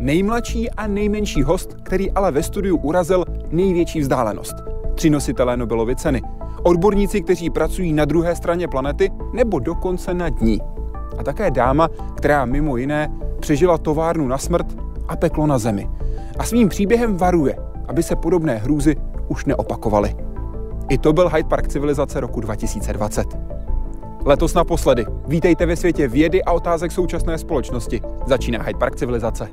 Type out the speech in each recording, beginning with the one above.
nejmladší a nejmenší host, který ale ve studiu urazil největší vzdálenost. 3 nositelé Nobelovy ceny. Odborníci, kteří pracují na druhé straně planety nebo dokonce nad ní. A také dáma, která mimo jiné přežila továrnu na smrt a peklo na zemi. A svým příběhem varuje, aby se podobné hrůzy už neopakovaly. I to byl Hyde Park civilizace roku 2020. Letos naposledy. Vítejte ve světě vědy a otázek současné společnosti. Začíná Hyde Park civilizace.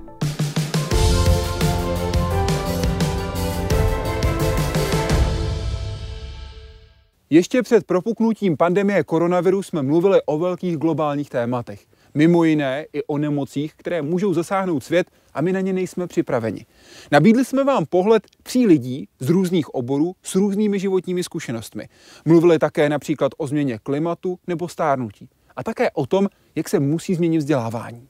Ještě před propuknutím pandemie koronaviru jsme mluvili o velkých globálních tématech. Mimo jiné i o nemocích, které můžou zasáhnout svět a my na ně nejsme připraveni. Nabídli jsme vám pohled 3 lidí z různých oborů s různými životními zkušenostmi. Mluvili také například o změně klimatu nebo stárnutí. A také o tom, jak se musí změnit vzdělávání.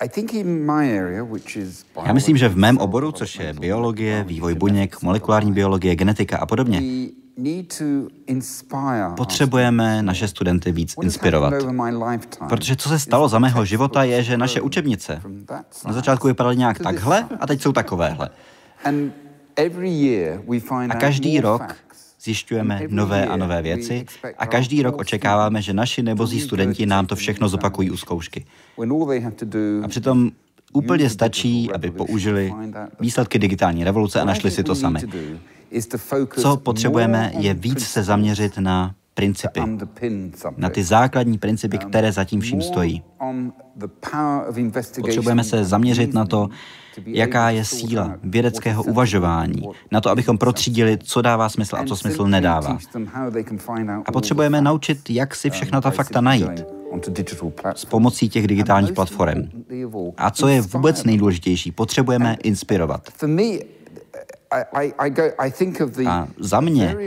Já myslím, že v mém oboru, což je biologie, vývoj buněk, molekulární biologie, genetika a podobně, potřebujeme naše studenty víc inspirovat. Protože co se stalo za mého života je, že naše učebnice na začátku vypadaly nějak takhle a teď jsou takovéhle. A každý rok zjišťujeme nové a nové věci a každý rok očekáváme, že naši nebozí studenti nám to všechno zopakují u zkoušky. A přitom úplně stačí, aby použili výsledky digitální revoluce a našli si to sami. Co potřebujeme, je víc se zaměřit na principy, na ty základní principy, které zatím vším stojí. Potřebujeme se zaměřit na to, jaká je síla vědeckého uvažování, na to, abychom protřídili, co dává smysl a co smysl nedává. A potřebujeme naučit, jak si všechna ta fakta najít s pomocí těch digitálních platform. A co je vůbec nejdůležitější, potřebujeme inspirovat. A za mě,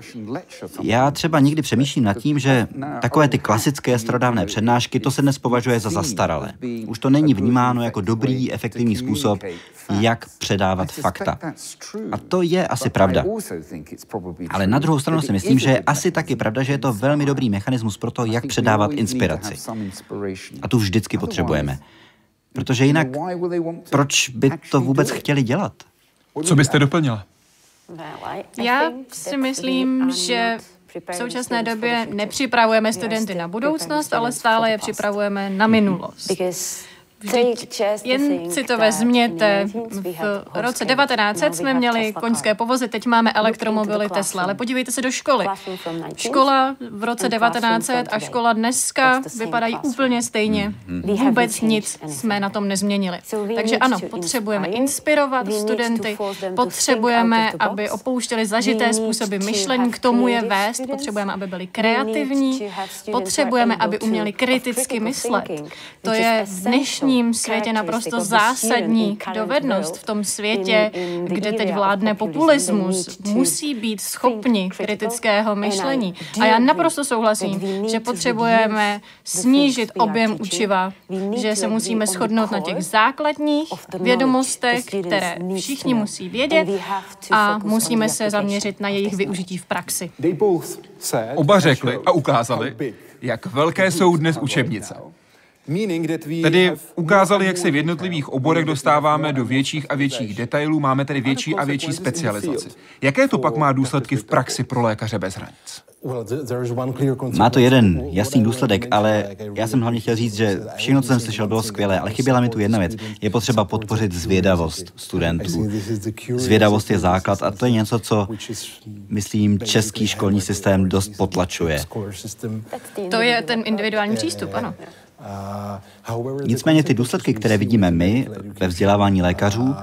já třeba někdy přemýšlím nad tím, že takové ty klasické starodávné přednášky, to se dnes považuje za zastaralé. Už to není vnímáno jako dobrý, efektivní způsob, jak předávat fakta. A to je asi pravda. Ale na druhou stranu si myslím, že je asi taky pravda, že je to velmi dobrý mechanismus pro to, jak předávat inspiraci. A tu vždycky potřebujeme. Protože jinak, proč by to vůbec chtěli dělat? Co byste doplnila? Já si myslím, že v současné době nepřipravujeme studenty na budoucnost, ale stále je připravujeme na minulost. Vždyť jen si to vezměte, v roce 1900 jsme měli koňské povozy, teď máme elektromobily Tesla, ale podívejte se do školy. Škola v roce 1900 a škola dneska vypadají úplně stejně. Vůbec nic jsme na tom nezměnili. Takže ano, potřebujeme inspirovat studenty, potřebujeme, aby opouštěli zažité způsoby myšlení, k tomu je vést, potřebujeme, aby byli kreativní, potřebujeme, aby uměli kriticky myslet. To je v dnešní světě naprosto zásadní dovednost. V tom světě, kde teď vládne populismus, musí být schopni kritického myšlení. A já naprosto souhlasím, že potřebujeme snížit objem učiva, že se musíme shodnout na těch základních vědomostech, které všichni musí vědět a musíme se zaměřit na jejich využití v praxi. Oba řekli a ukázali, jak velké jsou dnes učebnice. Tedy ukázali, jak se v jednotlivých oborech dostáváme do větších a větších detailů, máme tedy větší a větší specializaci. Jaké to pak má důsledky v praxi pro Lékaře bez hranic? Má to jeden jasný důsledek, ale já jsem hlavně chtěl říct, že všechno, co jsem slyšel, bylo skvělé, ale chyběla mi tu jedna věc. Je potřeba podpořit zvědavost studentů. Zvědavost je základ a to je něco, co, myslím, český školní systém dost potlačuje. To je ten individuální přístup, ano. Nicméně ty důsledky, které vidíme my ve vzdělávání lékařů,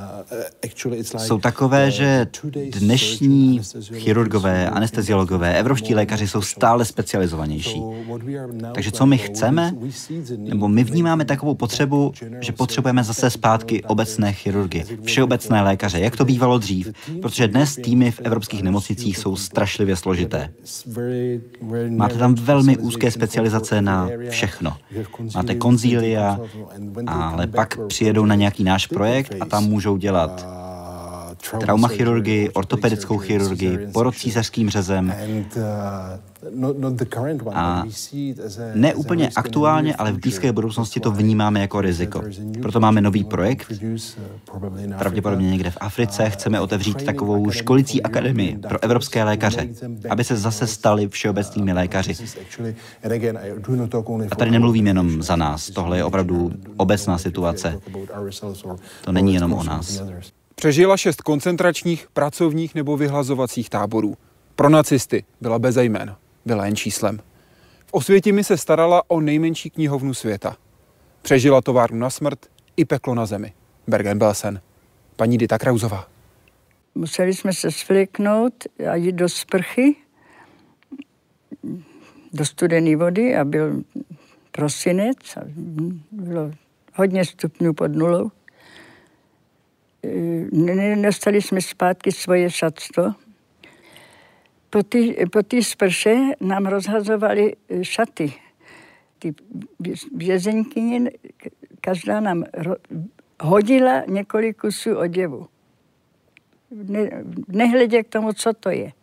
jsou takové, že dnešní chirurgové, anesteziologové, evropští lékaři jsou stále specializovanější. Takže co my chceme, nebo my vnímáme takovou potřebu, že potřebujeme zase zpátky obecné chirurgy, všeobecné lékaře, jak to bývalo dřív, protože dnes týmy v evropských nemocnicích jsou strašlivě složité. Máte tam velmi úzké specializace na všechno. Máte konzília, ale pak přijedou na nějaký náš projekt a tam můžou dělat traumachirurgii, ortopedickou chirurgii, porod císařským řezem. A ne úplně aktuálně, ale v blízké budoucnosti to vnímáme jako riziko. Proto máme nový projekt. Pravděpodobně někde v Africe chceme otevřít takovou školicí akademii pro evropské lékaře, aby se zase stali všeobecnými lékaři. A tady nemluvím jenom za nás, tohle je opravdu obecná situace. To není jenom o nás. Přežila 6 koncentračních, pracovních nebo vyhlazovacích táborů. Pro nacisty byla beze jména, byla jen číslem. V Osvětimi se starala o nejmenší knihovnu světa. Přežila továrnu na smrt i peklo na zemi. Bergen-Belsen. Paní Dita Krausová. Museli jsme se svléknout a jít do sprchy, do studené vody a byl prosinec a bylo hodně stupňů pod nulou. Nedostali jsme zpátky svoje šatstvo. Po té sprše nám rozhazovali šaty. Ty vězeňkyně, každá nám hodila několik kusů oděvu. Nehledě k tomu, co to je.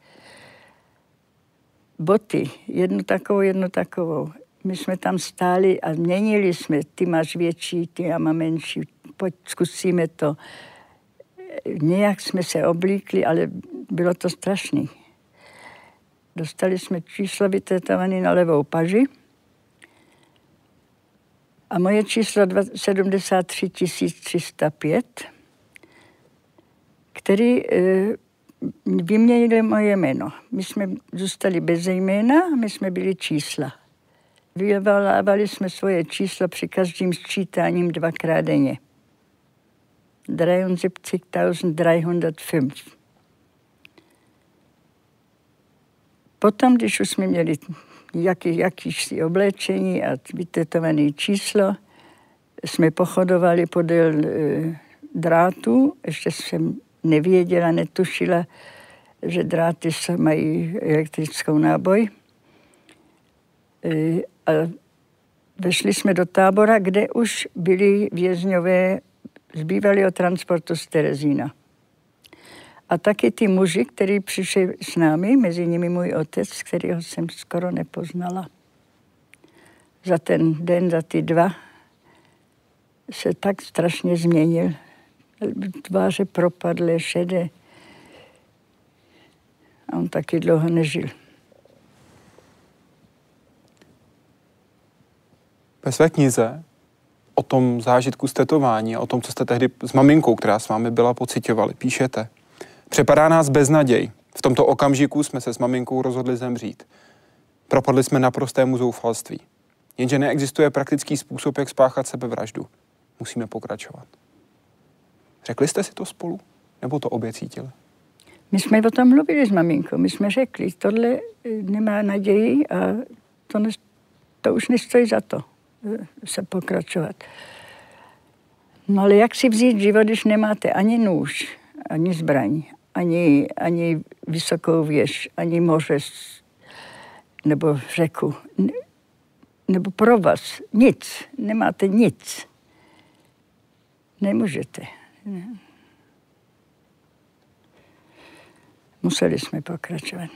Boty, jednu takovou. My jsme tam stáli a měnili jsme, ty máš větší, ty já mám menší, pojď zkusíme to. Nějak jsme se oblíkli, ale bylo to strašný. Dostali jsme číslo vytetované na levou paži a moje číslo 73 305, který vyměnili moje jméno. My jsme zůstali bez jména, my jsme byli čísla. Vyvolávali jsme svoje číslo při každém sčítáním 2krát denně. 73.305. Potom, když už jsme měli jakýsi oblečení a vytetované číslo, jsme pochodovali podél drátů. Ještě jsem nevěděla, netušila, že dráty mají elektrickou náboj. A vešli jsme do tábora, kde už byli vězňové z bývalého transportu z Terezína. A taky ty muži, kteří přišli s námi, mezi nimi můj otec, kterého jsem skoro nepoznala. Za ten den, za ty 2, se tak strašně změnil. Tváře propadlé, šedé. A on taky dlouho nežil. Ve své knize o tom zážitku z tetování, o tom, co jste tehdy s maminkou, která s vámi byla, pociťovali, píšete: Přepadá nás beznaděj. V tomto okamžiku jsme se s maminkou rozhodli zemřít. Propadli jsme naprostému zoufalství. Jenže neexistuje praktický způsob, jak spáchat sebevraždu. Musíme pokračovat. Řekli jste si to spolu? Nebo to obě cítili? My jsme o tom mluvili s maminkou. My jsme řekli, tohle nemá naději a to už nestojí za to se pokračovat. No ale jak si vzít život, když nemáte ani nůž, ani zbraň, ani vysokou věž, ani moře nebo řeku, nebo provaz, nic, nemáte nic. Nemůžete. Museli jsme pokračovat.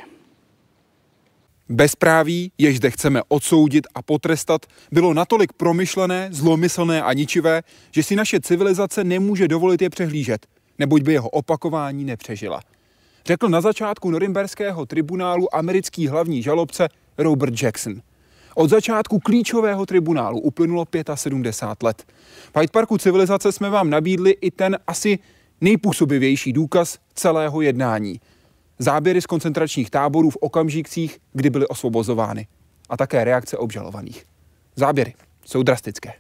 Bezpráví, jež zde chceme odsoudit a potrestat, bylo natolik promyšlené, zlomyslné a ničivé, že si naše civilizace nemůže dovolit je přehlížet, neboť by jeho opakování nepřežila. Řekl na začátku norimberského tribunálu americký hlavní žalobce Robert Jackson. Od začátku klíčového tribunálu uplynulo 75 let. V Hyde Parku civilizace jsme vám nabídli i ten asi nejpůsobivější důkaz celého jednání. Záběry z koncentračních táborů v okamžicích, kdy byly osvobozovány. A také reakce obžalovaných. Záběry jsou drastické.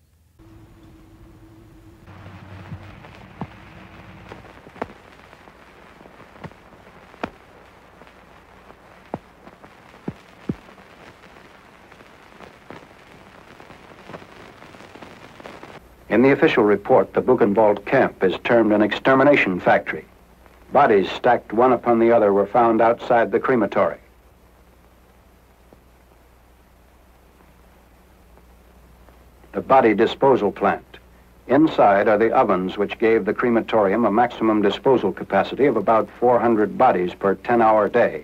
In the official report, the Buchenwald camp is termed an extermination factory. Bodies stacked one upon the other were found outside the crematory. The body disposal plant Inside are the ovens which gave the crematorium a maximum disposal capacity of about 400 bodies per 10-hour day.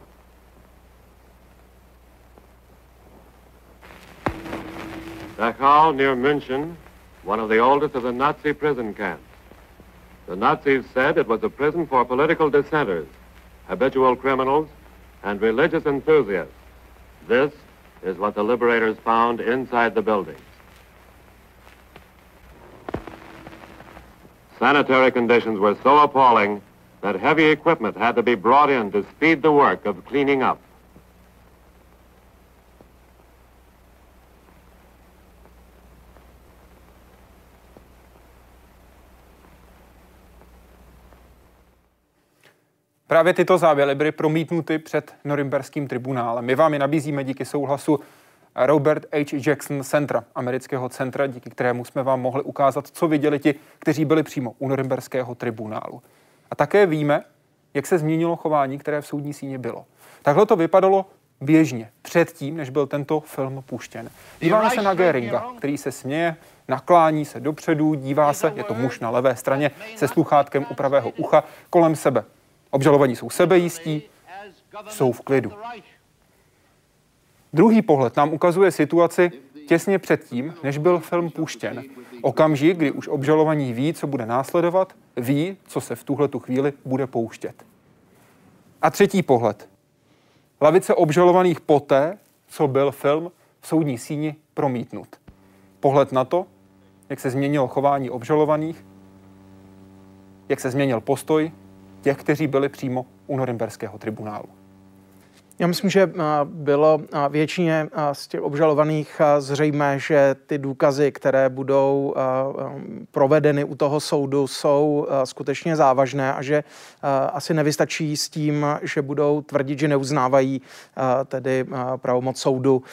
Dachau, near München, one of the oldest of the Nazi prison camps. The Nazis said it was a prison for political dissenters, habitual criminals, and religious enthusiasts. This is what the liberators found inside the buildings. Sanitary conditions were so appalling that heavy equipment had to be brought in to speed the work of cleaning up. Právě tyto záběry byly promítnuty před norimberským tribunálem. My vám je nabízíme díky souhlasu Robert H. Jackson Centra, amerického centra, díky kterému jsme vám mohli ukázat, co viděli ti, kteří byli přímo u norimberského tribunálu. A také víme, jak se změnilo chování, které v soudní síni bylo. Takhle to vypadalo běžně, předtím, než byl tento film puštěn. Díváme se na Göringa, který se směje, naklání se dopředu, dívá se, je to muž na levé straně se sluchátkem u pravého ucha, kolem sebe. Obžalovaní jsou sebejistí, jsou v klidu. Druhý pohled nám ukazuje situaci těsně předtím, než byl film puštěn. Okamžik, kdy už obžalovaní ví, co bude následovat, ví, co se v tuhletu chvíli bude pouštět. A třetí pohled. Lavice obžalovaných poté, co byl film v soudní síni promítnut. Pohled na to, jak se změnilo chování obžalovaných, jak se změnil postoj těch, kteří byli přímo u norimberského tribunálu. Já myslím, že bylo většině z těch obžalovaných zřejmé, že ty důkazy, které budou provedeny u toho soudu, jsou skutečně závažné a že asi nevystačí s tím, že budou tvrdit, že neuznávají tedy pravomoc soudu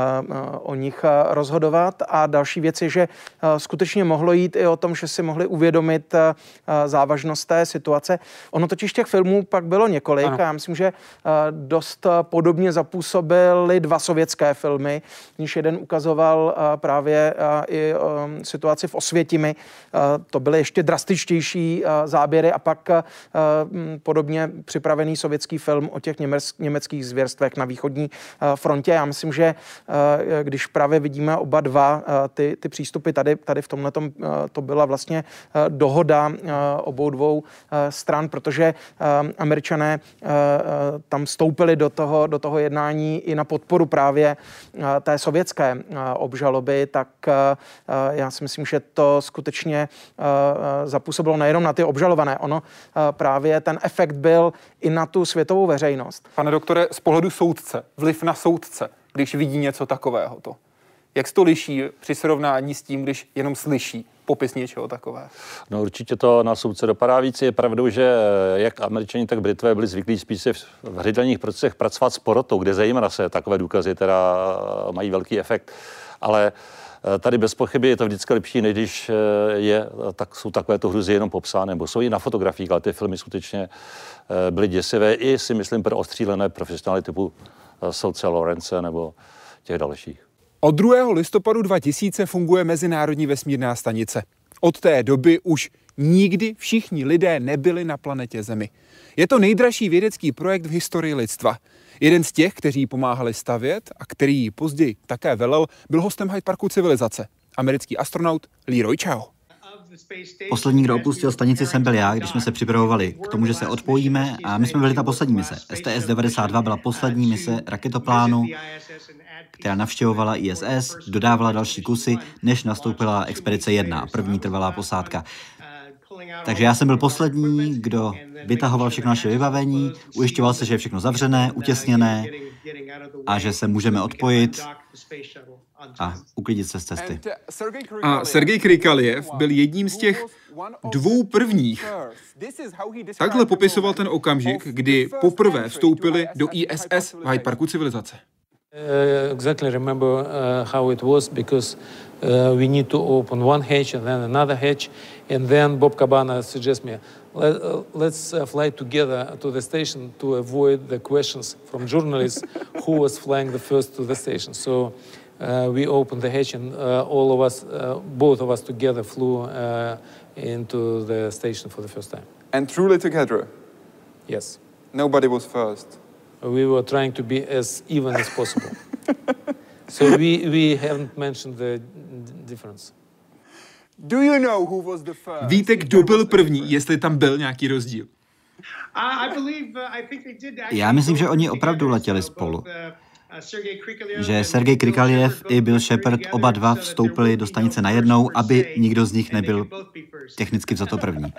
o nich rozhodovat. A další věc je, že skutečně mohlo jít i o tom, že si mohli uvědomit závažnost té situace. Ono totiž těch filmů pak bylo několik a já myslím, že dost podobně zapůsobily dva sovětské filmy, níž jeden ukazoval právě i situaci v Osvětimi. To byly ještě drastičtější záběry a pak podobně připravený sovětský film o těch německých zvěrstvech na východní frontě. Já myslím, že když právě vidíme oba dva ty přístupy tady v tomhletom, to byla vlastně dohoda obou dvou stran, protože Američané tam vstoupili do toho jednání i na podporu právě té sovětské obžaloby, tak já si myslím, že to skutečně zapůsobilo nejenom na ty obžalované. Ono právě ten efekt byl i na tu světovou veřejnost. Pane doktore, z pohledu soudce, vliv na soudce, když vidí něco takového, jak se to liší při srovnání s tím, když jenom slyší popis něčeho takového? No určitě to na soudce dopadá víc. Je pravdou, že jak Američani, tak Britové byli zvyklí spíše v hřidelních procesech pracovat s porotou, kde zejména se takové důkazy teda mají velký efekt. Ale tady bez pochyby je to vždycky lepší, než když jsou takovéto hruzy jenom popsány, nebo jsou i na fotografiích, ale ty filmy skutečně byly děsivé i si myslím pro ostřílené profesionály typu soudce Lawrence nebo těch dalších. Od 2. listopadu 2000 funguje Mezinárodní vesmírná stanice. Od té doby už nikdy všichni lidé nebyli na planetě Zemi. Je to nejdražší vědecký projekt v historii lidstva. Jeden z těch, kteří pomáhali stavět a který později také velel, byl hostem Hyde Parku civilizace. Americký astronaut Leroy Chiao. Poslední, kdo opustil stanici, jsem byl já, když jsme se připravovali k tomu, že se odpojíme, a my jsme byli ta poslední mise. STS-92 byla poslední mise raketoplánu, která navštěvovala ISS, dodávala další kusy, než nastoupila expedice 1, první trvalá posádka. Takže já jsem byl poslední, kdo vytahoval všechno naše vybavení, ujišťoval se, že je všechno zavřené, utěsněné a že se můžeme odpojit a uklidit se z cesty. A Sergej Krykaljev byl jedním z těch 2 prvních. Takhle popisoval ten okamžik, kdy poprvé vstoupili do ISS v Hyde Parku civilizace. Exactly remember how it was because we need to open one hatch and then another hatch, and then Bob Cabana suggests me, let's fly together to the station to avoid the questions from journalists who was flying the first to the station. So we opened the hatch and all of us, both of us together flew into the station for the first time. And truly together? Yes. Nobody was first? We were trying to be as even as possible. So we haven't mentioned the difference. Do you know who was the first? Víte, kdo byl první, jestli tam byl nějaký rozdíl? Já myslím, že oni opravdu letěli spolu. Že Sergej Krikaljev i Bill Shepard oba dva vstoupili do stanice najednou, aby nikdo z nich nebyl technicky vzato první.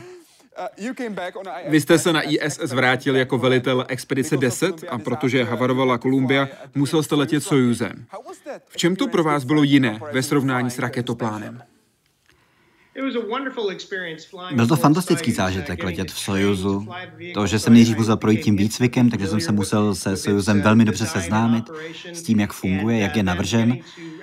Vy jste se na ISS vrátil jako velitel expedice 10 a protože havarovala Columbia, musel jste letět Sojuzem. V čem to pro vás bylo jiné ve srovnání s raketoplánem? Byl to fantastický zážitek letět v Sojuzu. To, že jsem nejdřív musel projít tím výcvikem, takže jsem se musel se Sojuzem velmi dobře seznámit s tím, jak funguje, jak je navržen.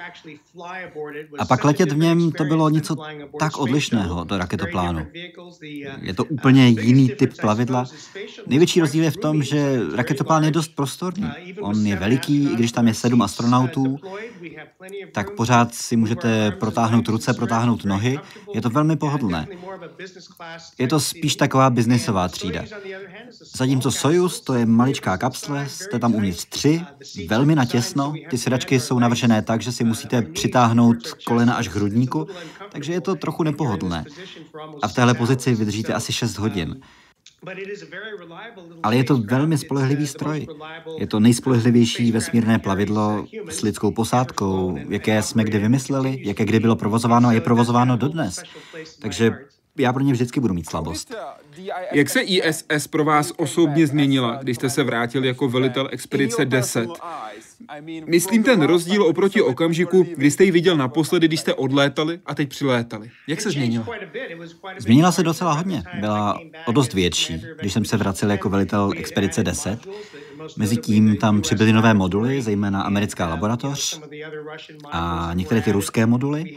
A pak letět v něm, to bylo něco tak odlišného do raketoplánu. Je to úplně jiný typ plavidla. Největší rozdíl je v tom, že raketoplán je dost prostorný. On je veliký, i když tam je 7 astronautů, tak pořád si můžete protáhnout ruce, protáhnout nohy. Je to velmi pohodlné. Je to spíš taková biznisová třída. Zatímco Sojuz, to je maličká kapsle, jste tam uvnitř 3, velmi natěsno. Ty sedačky jsou navržené tak, že si musíte přitáhnout kolena až k hrudníku, takže je to trochu nepohodlné. A v téhle pozici vydržíte asi 6 hodin. Ale je to velmi spolehlivý stroj. Je to nejspolehlivější vesmírné plavidlo s lidskou posádkou, jaké jsme kdy vymysleli, jaké kdy bylo provozováno a je provozováno dodnes. Takže já pro ně vždycky budu mít slabost. Jak se ISS pro vás osobně změnila, když jste se vrátil jako velitel expedice 10? Myslím ten rozdíl oproti okamžiku, kdy jste ji viděl naposledy, když jste odlétali a teď přilétali. Jak se změnila? Změnila se docela hodně. Byla o dost větší, když jsem se vracel jako velitel expedice 10. Mezitím tam přibyly nové moduly, zejména americká laboratoř a některé ty ruské moduly.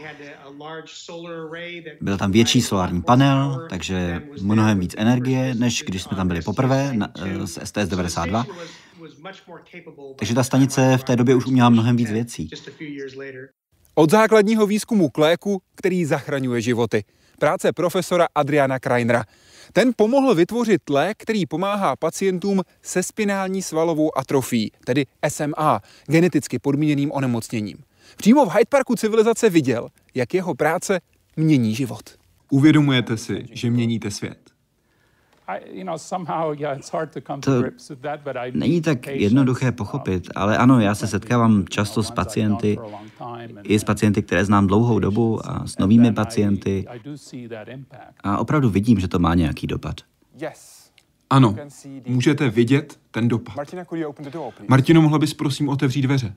Byl tam větší solární panel, takže mnohem víc energie, než když jsme tam byli poprvé z STS-92. Takže ta stanice v té době už uměla mnohem víc věcí. Od základního výzkumu k léku, který zachraňuje životy. Práce profesora Adriana Kreinera. Ten pomohl vytvořit lék, který pomáhá pacientům se spinální svalovou atrofií, tedy SMA, geneticky podmíněným onemocněním. Přímo v Hyde Parku civilizace viděl, jak jeho práce mění život. Uvědomujete si, že měníte svět? To není tak jednoduché pochopit, ale ano, já se setkávám často s pacienty, i s pacienty, které znám dlouhou dobu a s novými pacienty a opravdu vidím, že to má nějaký dopad. Ano, můžete vidět ten dopad. Martino, mohla bys prosím otevřít dveře?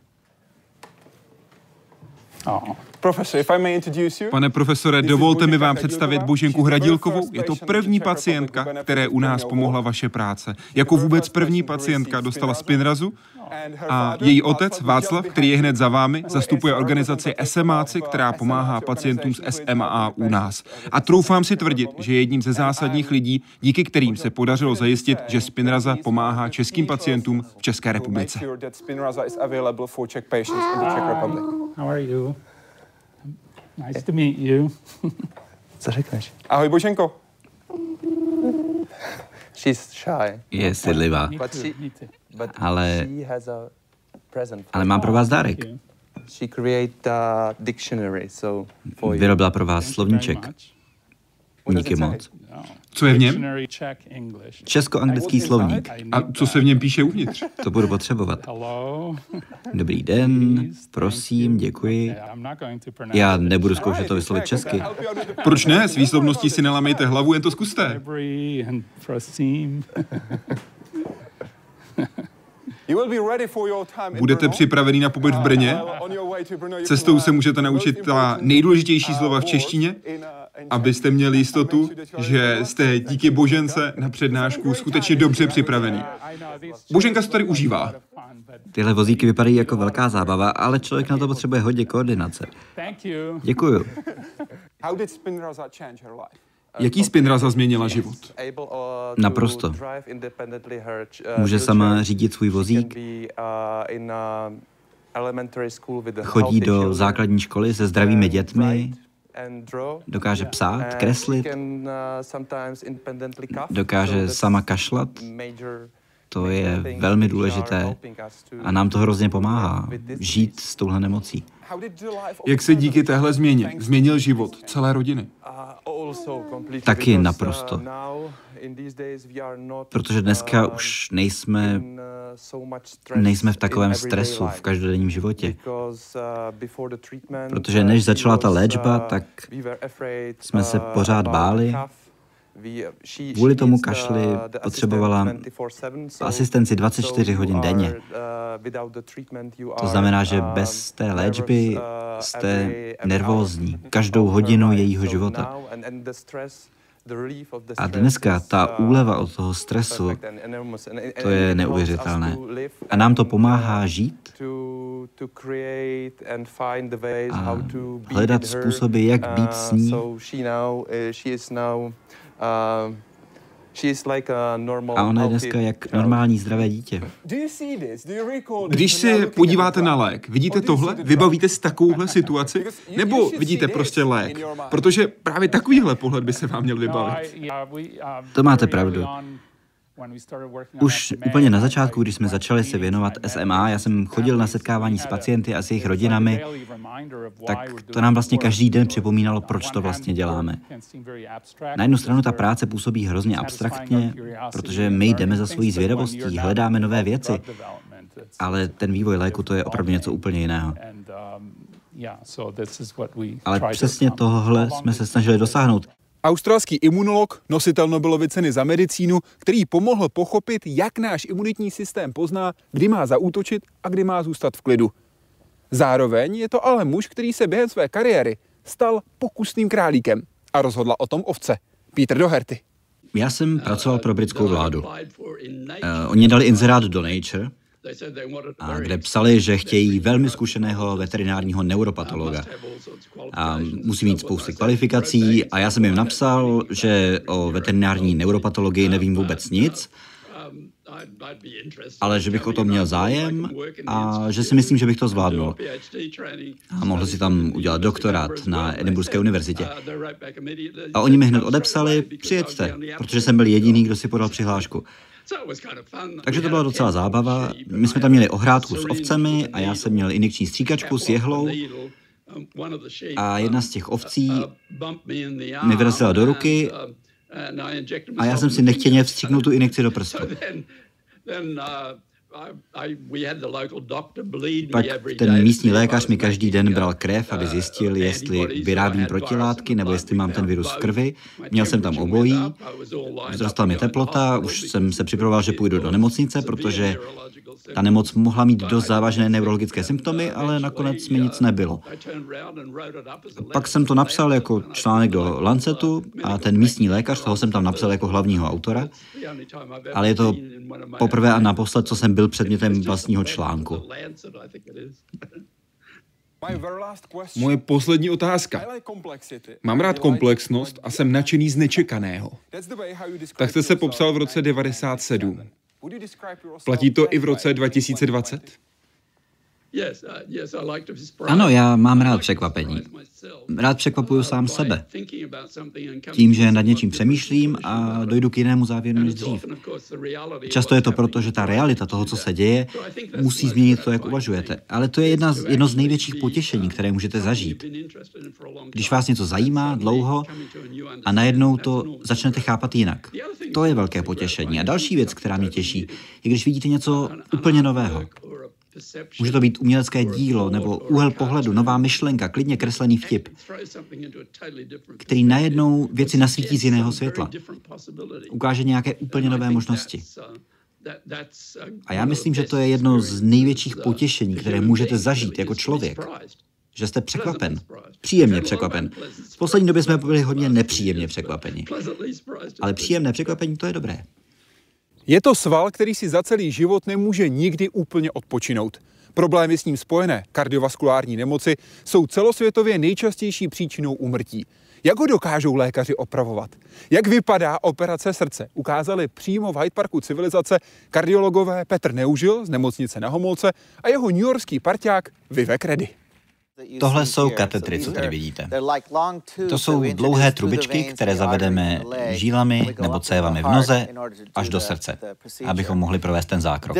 Pane profesore, dovolte mi vám představit Boženku Hradilkovou. Je to první pacientka, které u nás pomohla vaše práce. Jako vůbec první pacientka dostala spinrazu a její otec Václav, který je hned za vámi, zastupuje organizaci SMAci, která pomáhá pacientům s SMA u nás. A troufám si tvrdit, že je jedním ze zásadních lidí, díky kterým se podařilo zajistit, že spinraza pomáhá českým pacientům v České republice. How are you? Nice to meet you. Co řekneš? Ahoj, Boženko. She's shy. Je stydlivá. Ale mám pro vás dárek. She create a dictionary, so for you. Vyrobila pro vás slovníček. Díky moc. Co je v něm? Česko-anglický slovník. A co se v něm píše uvnitř? To budu potřebovat. Dobrý den, prosím, děkuji. Já nebudu zkoušet to vyslovit česky. Proč ne? S výslovností si nelamejte hlavu, jen to zkuste. Budete připravený na pobyt v Brně? Cestou se můžete naučit ta nejdůležitější slova v češtině, abyste měli jistotu, že jste díky Božence na přednášku skutečně dobře připravený. Boženka se tady užívá. Tyhle vozíky vypadají jako velká zábava, ale člověk na to potřebuje hodně koordinace. Děkuju. Jaký spinraza změnila život? Naprosto. Může sama řídit svůj vozík. Chodí do základní školy se zdravými dětmi, dokáže psát, kreslit, dokáže sama kašlat. To je velmi důležité a nám to hrozně pomáhá žít s touhle nemocí. Jak se díky téhle změně změnil život celé rodiny? Taky naprosto. Protože dneska už nejsme v takovém stresu v každodenním životě. Protože než začala ta léčba, tak jsme se pořád báli. Kvůli tomu kašli potřebovala asistenci 24 hodin denně. To znamená, že bez té léčby jste nervózní každou hodinu jejího života. A dneska ta úleva od toho stresu, to je neuvěřitelné. A nám to pomáhá žít a hledat způsoby, jak být s ní. A ona je dneska jak normální zdravé dítě. Když se podíváte na lék, vidíte tohle? Vybavíte si takovouhle situaci? Nebo vidíte prostě lék? Protože právě takovýhle pohled by se vám měl vybavit. To máte pravdu. Už úplně na začátku, když jsme začali se věnovat SMA, já jsem chodil na setkávání s pacienty a s jejich rodinami, tak to nám vlastně každý den připomínalo, proč to vlastně děláme. Na jednu stranu ta práce působí hrozně abstraktně, protože my jdeme za svojí zvědavostí, hledáme nové věci, ale ten vývoj léku to je opravdu něco úplně jiného. Ale přesně tohle jsme se snažili dosáhnout. Australský imunolog, nositel Nobelovy ceny za medicínu, který pomohl pochopit, jak náš imunitní systém pozná, kdy má zaútočit a kdy má zůstat v klidu. Zároveň je to ale muž, který se během své kariéry stal pokusným králíkem a rozhodla o tom ovce. Peter Doherty. Já jsem pracoval pro britskou vládu. Oni dali inzerát do Nature, kde psali, že chtějí velmi zkušeného veterinárního neuropatologa. A musí mít spousty kvalifikací a já jsem jim napsal, že o veterinární neuropatologii nevím vůbec nic, ale že bych o tom měl zájem a že si myslím, že bych to zvládnul. A mohl si tam udělat doktorát na Edinburghské univerzitě. A oni mi hned odepsali, přijeďte, protože jsem byl jediný, kdo si podal přihlášku. Takže to byla docela zábava. My jsme tam měli ohrádku s ovcemi a já jsem měl injekční stříkačku s jehlou a jedna z těch ovcí mi vyrazila do ruky a já jsem si nechtěně vstříknul tu injekci do prstu. Pak ten místní lékař mi každý den bral krev, aby zjistil, jestli vyrábím protilátky nebo jestli mám ten virus v krvi. Měl jsem tam obojí, vzrostla mi teplota, už jsem se připravoval, že půjdu do nemocnice, protože ta nemoc mohla mít dost závažné neurologické symptomy, ale nakonec mi nic nebylo. Pak jsem to napsal jako článek do Lancetu a ten místní lékař, toho jsem tam napsal jako hlavního autora, ale je to poprvé a naposled, co jsem byl předmětem vlastního článku. Moje poslední otázka. Mám rád komplexnost a jsem nadšený z nečekaného. Tak jste se popsal v roce 1997. Platí to i v roce 2020? Ano, já mám rád překvapení. Rád překvapuju sám sebe. Tím, že nad něčím přemýšlím a dojdu k jinému závěru než dřív. Často je to proto, že ta realita toho, co se děje, musí změnit to, jak uvažujete. Ale to je jedno z největších potěšení, které můžete zažít. Když vás něco zajímá dlouho a najednou to začnete chápat jinak. To je velké potěšení. A další věc, která mě těší, je, když vidíte něco úplně nového. Může to být umělecké dílo nebo úhel pohledu, nová myšlenka, klidně kreslený vtip, který najednou věci nasvítí z jiného světla. Ukáže nějaké úplně nové možnosti. A já myslím, že to je jedno z největších potěšení, které můžete zažít jako člověk. Že jste překvapen. Příjemně překvapen. V poslední době jsme byli hodně nepříjemně překvapeni. Ale příjemné překvapení, to je dobré. Je to sval, který si za celý život nemůže nikdy úplně odpočinout. Problémy s ním spojené, kardiovaskulární nemoci, jsou celosvětově nejčastější příčinou úmrtí. Jak ho dokážou lékaři opravovat? Jak vypadá operace srdce? Ukázali přímo v Hyde Parku civilizace kardiologové Petr Neužil z nemocnice Na Homolce a jeho newyorský parťák Vivek Reddy. Tohle jsou katetry, co tady vidíte. To jsou dlouhé trubičky, které zavedeme žílami nebo cévami v noze až do srdce, abychom mohli provést ten zákrok.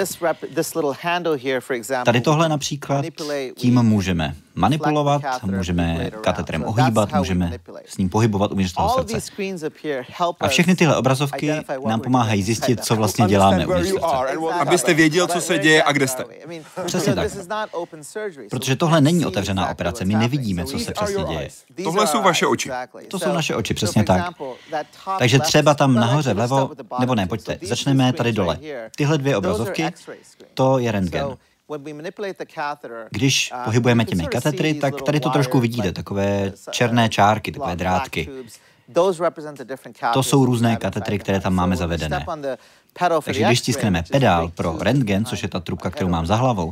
Tady tohle například tím můžeme manipulovat, můžeme katetrem ohýbat, můžeme s ním pohybovat uvnitř toho srdce. A všechny tyhle obrazovky nám pomáhají zjistit, co vlastně děláme uvnitř srdce. Abyste věděl, co se děje a kde jste. Přesně tak. Protože tohle není otevřená operace, my nevidíme, co se přesně děje. Tohle jsou vaše oči. To jsou naše oči, přesně tak. Takže třeba tam nahoře vlevo, nebo ne, pojďte, začneme tady dole. Tyhle dvě obrazovky, to je rentgen. Když pohybujeme těmi katetry, tak tady to trošku vidíte, takové černé čárky, takové drátky. To jsou různé katetry, které tam máme zavedené. Takže když stiskneme pedál pro rentgen, což je ta trubka, kterou mám za hlavou,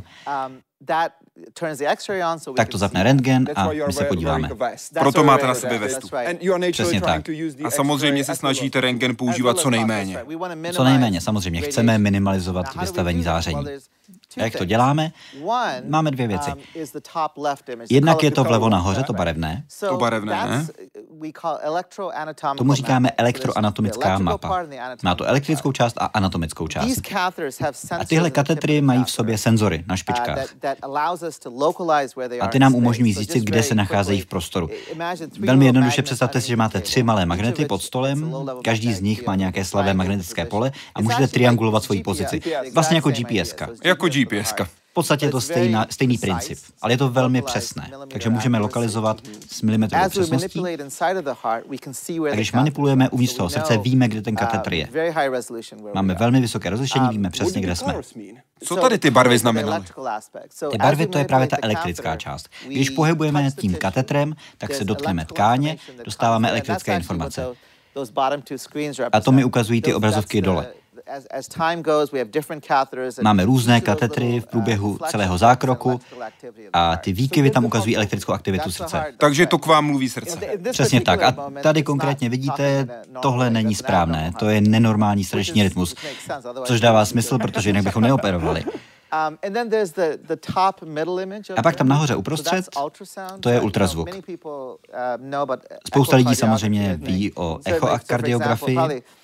tak to zapne rentgen a my se podíváme. Proto máte na sobě vestu. Přesně tak. A samozřejmě se snažíte rentgen používat co nejméně. Co nejméně, samozřejmě. Chceme minimalizovat vystavení záření. A jak to děláme? Máme dvě věci. Jednak je to vlevo nahoře, to barevné. To barevné, ne? Tomu říkáme elektroanatomická mapa. Má to elektrickou část a anatomickou část. A tyhle katetry mají v sobě senzory na špičkách. A ty nám umožňují zjistit, kde se nacházejí v prostoru. Velmi jednoduše představte si, že máte 3 malé magnety pod stolem, každý z nich má nějaké slabé magnetické pole a můžete triangulovat svoji pozici. Vlastně jako GPS-ka. Jako GPS-ka. V podstatě je to stejný princip, ale je to velmi přesné, takže můžeme lokalizovat s milimetrovou přesností. A když manipulujeme uvnitř toho srdce, víme, kde ten katetr je. Máme velmi vysoké rozlišení, víme přesně, kde jsme. Co tady ty barvy znamenaly? Ty barvy, to je právě ta elektrická část. Když pohybujeme tím katetrem, tak se dotkneme tkáně, dostáváme elektrické informace. A to mi ukazují ty obrazovky dole. Máme různé katetry v průběhu celého zákroku a ty výkyvy tam ukazují elektrickou aktivitu srdce. Takže to k vám mluví srdce. Přesně tak. A tady konkrétně vidíte, tohle není správné. To je nenormální srdeční rytmus, což dává smysl, protože jinak bychom neoperovali. A pak tam nahoře uprostřed, to je ultrazvuk. Spousta lidí samozřejmě ví o echokardiografii.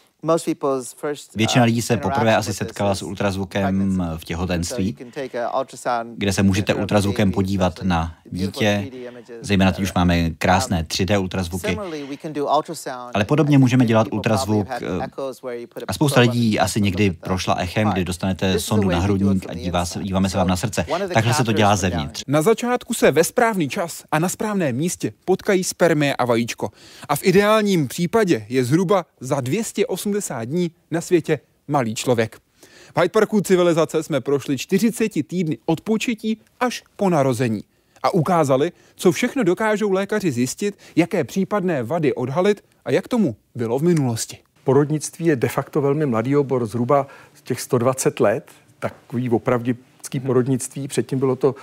Většina lidí se poprvé asi setkala s ultrazvukem v těhotenství, kde se můžete ultrazvukem podívat na dítě. Zejména teď už máme krásné 3D ultrazvuky. Ale podobně můžeme dělat ultrazvuk. A spousta lidí asi někdy prošla echem, kdy dostanete sondu na hrudník a díváme se vám na srdce. Takhle se to dělá zevnitř. Na začátku se ve správný čas a na správném místě potkají spermie a vajíčko. A v ideálním případě je zhruba za 280 dní na světě malý člověk. V Hyde Parku civilizace jsme prošli 40 týdny od početí až po narození a ukázali, co všechno dokážou lékaři zjistit, jaké případné vady odhalit a jak tomu bylo v minulosti. Porodnictví je de facto velmi mladý obor, zhruba těch 120 let, takový opravdický porodnictví. Předtím bylo to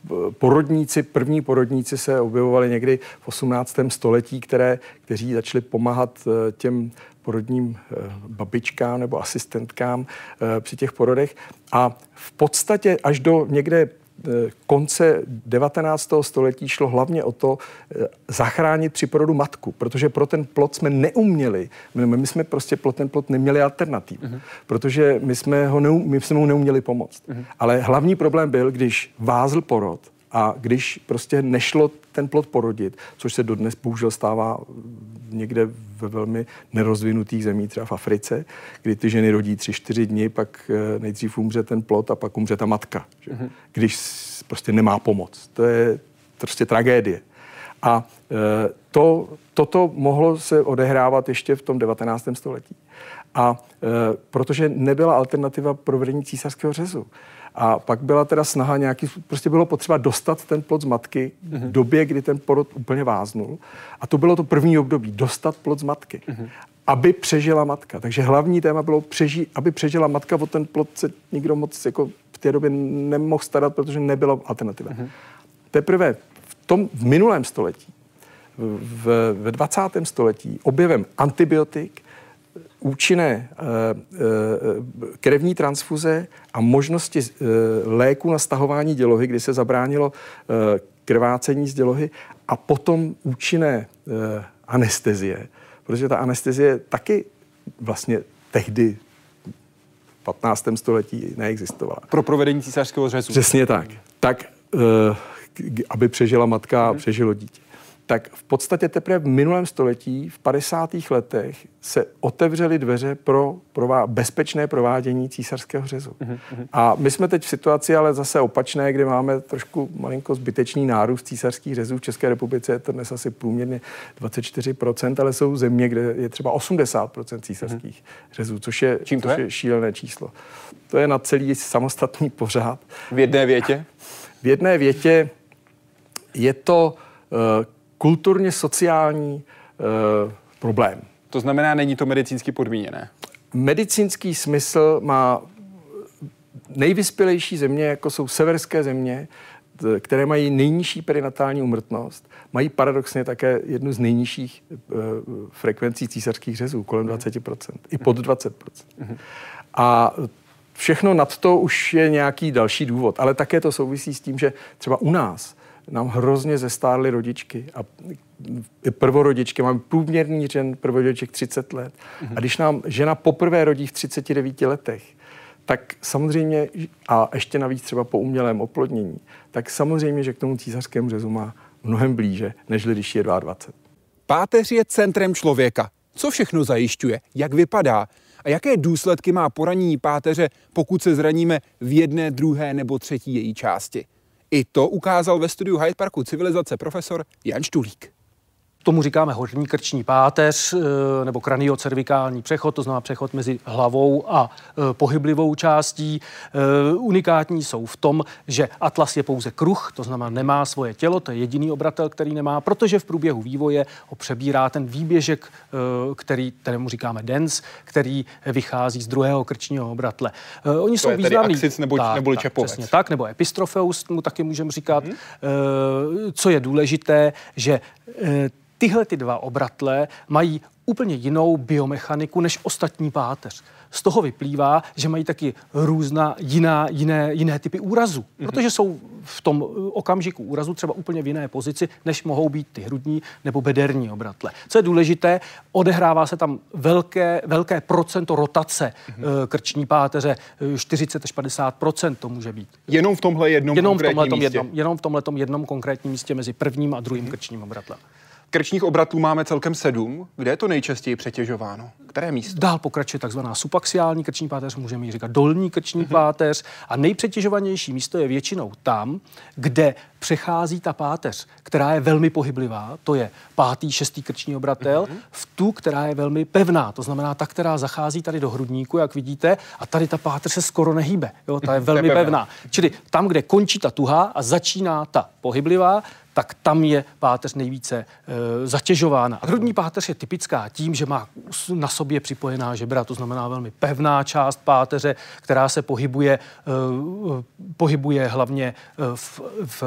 první porodníci se objevovali někdy v 18. století, kteří začali pomáhat těm porodním babičkám nebo asistentkám při těch porodech. A v podstatě až do někde konce 19. století šlo hlavně o to zachránit při porodu matku, protože pro ten plod jsme neuměli. My jsme prostě pro ten plod neměli alternativu, protože my jsme mu neuměli pomoct. Ale hlavní problém byl, když vázl porod a když prostě nešlo ten plod porodit, což se dodnes bohužel stává někde ve velmi nerozvinutých zemích, třeba v Africe, kdy ty ženy rodí 3-4 dny, pak nejdřív umře ten plod a pak umře ta matka, když prostě nemá pomoc. To je prostě tragédie. A toto mohlo se odehrávat ještě v tom 19. století. A protože nebyla alternativa provedení císařského řezu. A pak byla teda snaha prostě bylo potřeba dostat ten plod z matky v době, kdy ten porod úplně váznul. A to bylo to první období, dostat plod z matky, aby přežila matka. Takže hlavní téma bylo, aby přežila matka, o ten plod se nikdo moc jako v té době nemohl starat, protože nebyla alternativa. Teprve v minulém století, ve 20. století objevem antibiotik, účinné krevní transfuze a možnosti léku na stahování dělohy, kdy se zabránilo krvácení z dělohy, a potom účinné anestezie, protože ta anestezie taky vlastně tehdy v 15. století neexistovala. Pro provedení císařského řezu. Přesně tak. Tak, aby přežila matka a přežilo dítě. Tak v podstatě teprve v minulém století, v 50. letech, se otevřely dveře pro bezpečné provádění císařského řezu. A my jsme teď v situaci ale zase opačné, kde máme trošku malinko zbytečný nárůst císařských řezů. V České republice je to dnes asi průměrně 24%, ale jsou země, kde je třeba 80% císařských řezů, což je šílené číslo. To je na celý samostatný pořád. V jedné větě? V jedné větě je to kulturně sociální problém. To znamená, není to medicínsky podmíněné? Medicínský smysl má nejvyspělejší země, jako jsou severské země, které mají nejnižší perinatální úmrtnost, mají paradoxně také jednu z nejnižších frekvencí císařských řezů, kolem 20%, i pod 20%. A všechno nad to už je nějaký další důvod, ale také to souvisí s tím, že třeba u nás nám hrozně zestárly rodičky a prvorodičky. Máme průměrný prvorodiček 30 let. A když nám žena poprvé rodí v 39 letech, tak samozřejmě, a ještě navíc třeba po umělém oplodnění, tak samozřejmě, že k tomu císařskému řezu má mnohem blíže, než když je 22. Páteř je centrem člověka. Co všechno zajišťuje? Jak vypadá? A jaké důsledky má poranění páteře, pokud se zraníme v jedné, druhé nebo třetí její části? I to ukázal ve studiu Hyde Parku civilizace profesor Jan Štulík. Tomu říkáme horní krční páteř nebo kraniocervikální přechod, to znamená přechod mezi hlavou a pohyblivou částí. Unikátní jsou v tom, že atlas je pouze kruh, to znamená nemá svoje tělo, to je jediný obratel, který nemá, protože v průběhu vývoje ho přebírá ten výběžek, kterému říkáme dens, který vychází z druhého krčního obratle. Oni jsou významní. Axis neboli čepovec. Přesně tak, nebo epistrofeus, mu taky můžeme říkat. Co je důležité, že tyhle ty dva obratle mají úplně jinou biomechaniku než ostatní páteř. Z toho vyplývá, že mají taky jiné typy úrazu, protože jsou v tom okamžiku úrazu třeba úplně v jiné pozici, než mohou být ty hrudní nebo bederní obratle. Co je důležité, odehrává se tam velké procento rotace krční páteře, 40 až 50% to může být. Jenom v tomhle jednom konkrétním místě? Jenom v tomhletom jednom konkrétním místě mezi prvním a druhým krčním obratlem. Krčních obratlů máme celkem 7. Kde je to nejčastěji přetěžováno? Které místo? Dál pokračuje takzvaná subaxiální krční páteř, můžeme jí říkat dolní krční páteř, a nejpřetěžovanější místo je většinou tam, kde přechází ta páteř, která je velmi pohyblivá, to je 5., 6. krční obratel, v tu, která je velmi pevná, to znamená ta, která zachází tady do hrudníku, jak vidíte, a tady ta páteř se skoro nehýbe, jo, ta je velmi pevná. Čili tam, kde končí ta tuhá a začíná ta pohyblivá, tak tam je páteř nejvíce zatěžována. A hrudní páteř je typická tím, že má na sobě připojená žebra, to znamená velmi pevná část páteře, která se pohybuje hlavně v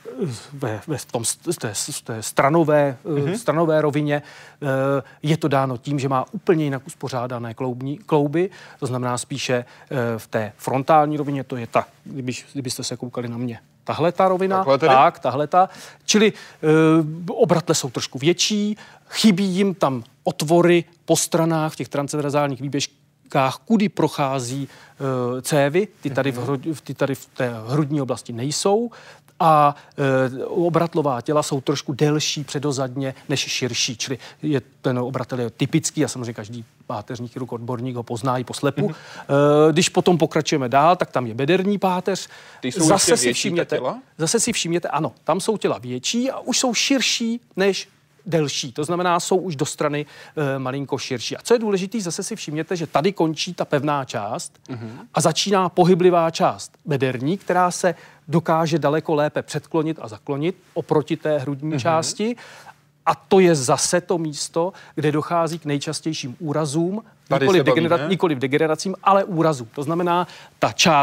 té stranové rovině. Je to dáno tím, že má úplně jinak uspořádané klouby, to znamená spíše v té frontální rovině, to je ta, kdybyste se koukali na mě. Tahle ta rovina, tahle ta. Čili obratle jsou trošku větší, chybí jim tam otvory po stranách v těch transverzálních výběžkách, kudy prochází cévy, ty tady v té hrudní oblasti nejsou, a obratlová těla jsou trošku delší předozadně než širší, čili ten obratel je typický a samozřejmě každý páteřní chirurg, odborník ho pozná i po slepu. Když potom pokračujeme dál, tak tam je bederní páteř. Ty jsou zase si všimněte, ano, tam jsou těla větší a už jsou širší než delší. To znamená, jsou už do strany malinko širší. A co je důležité, zase si všimněte, že tady končí ta pevná část a začíná pohyblivá část bederní, která se dokáže daleko lépe předklonit a zaklonit oproti té hrudní části. A to je zase to místo, kde dochází k nejčastějším úrazům, nikoli v degeneracím, ale úrazů. To znamená, ta část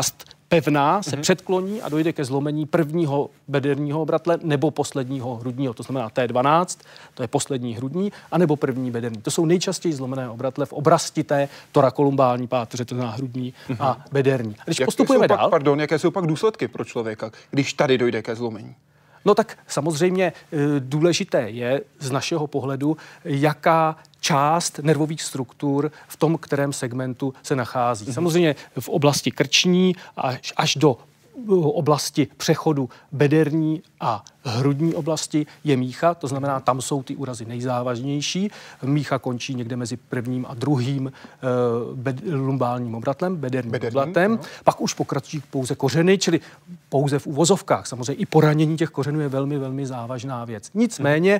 pevná, se předkloní a dojde ke zlomení prvního bederního obratle nebo posledního hrudního. To znamená T12, to je poslední hrudní, anebo první bederní. To jsou nejčastěji zlomené obratle v oblasti té torakolumbální páteře, to znamená hrudní a bederní. A když postupujeme dál... Jaké jsou pak důsledky pro člověka, když tady dojde ke zlomení? No tak samozřejmě důležité je z našeho pohledu, jaká část nervových struktur v tom, kterém segmentu se nachází. Samozřejmě v oblasti krční až do oblasti přechodu bederní a hrudní oblasti je mícha, to znamená, tam jsou ty úrazy nejzávažnější. Mícha končí někde mezi prvním a druhým lumbálním obratlem, bederním obratlem. Pak už pokračují pouze kořeny, čili pouze v uvozovkách. Samozřejmě i poranění těch kořenů je velmi, velmi závažná věc. Nicméně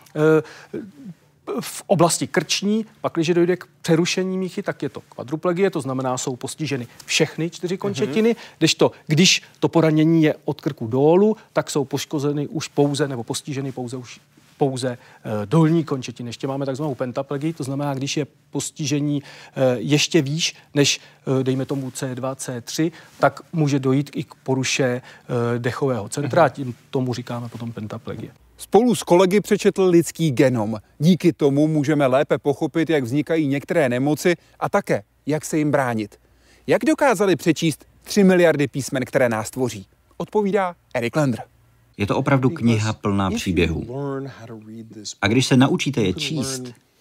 v oblasti krční, pak, když dojde k přerušení míchy, tak je to kvadruplegie, to znamená, jsou postiženy všechny 4 končetiny, když to poranění je od krku dolů, tak jsou poškozeny už pouze, nebo postiženy pouze dolní končetiny. Ještě máme takzvanou pentaplegii, to znamená, když je postižení ještě výš než, dejme tomu C2, C3, tak může dojít i k poruše dechového centra, tím tomu říkáme potom pentaplegie. Spolu s kolegy přečetl lidský genom. Díky tomu můžeme lépe pochopit, jak vznikají některé nemoci a také, jak se jim bránit. Jak dokázali přečíst 3 miliardy písmen, které nás tvoří? Odpovídá Eric Landr. Je to opravdu kniha plná příběhů. A když se naučíte je číst,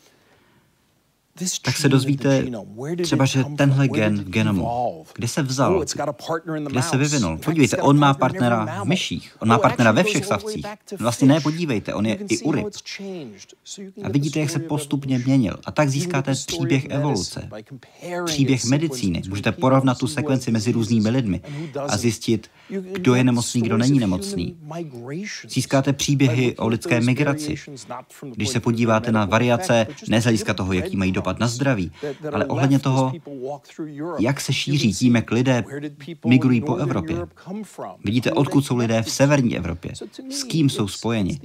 tak se dozvíte třeba, že tenhle gen v genomu, kde se vzal, kde se vyvinul. Podívejte, on má partnera v myších, on má partnera ve všech savcích. Vlastně ne, podívejte, on je i u ryb. A vidíte, jak se postupně měnil. A tak získáte příběh evoluce, příběh medicíny. Můžete porovnat tu sekvenci mezi různými lidmi a zjistit, kdo je nemocný, kdo není nemocný. Získáte příběhy o lidské migraci. Když se podíváte na variace, ne z hlediska toho, jaký mají dopad na zdraví, ale ohledně toho, jak se šíří tím, jak lidé migrují po Evropě. Vidíte, odkud jsou lidé v severní Evropě, s kým jsou spojeni.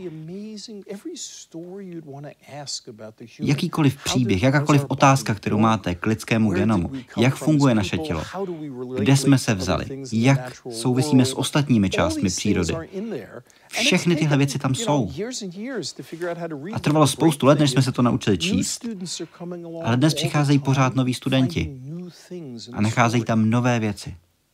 Jakýkoliv příběh, jakákoliv otázka, kterou máte k lidskému genomu, jak funguje naše tělo, kde jsme se vzali, jak souvisíme s ostatními částmi přírody. Všechny tyhle věci tam jsou. A trvalo spoustu let, než jsme se to naučili číst. Ale dnes přicházejí pořád noví studenti a nacházejí tam nové věci.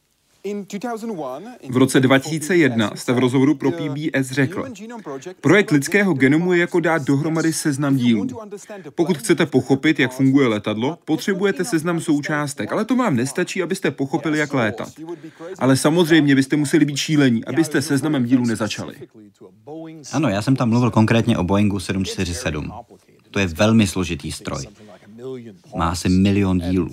V roce 2001 jste v rozhovoru pro PBS řekl, projekt lidského genomu je jako dát dohromady seznam dílů. Pokud chcete pochopit, jak funguje letadlo, potřebujete seznam součástek, ale to vám nestačí, abyste pochopili, jak létat. Ale samozřejmě byste museli být šílení, abyste seznamem dílů nezačali. Ano, já jsem tam mluvil konkrétně o Boeingu 747. To je velmi složitý stroj. Má asi 1 milion dílů.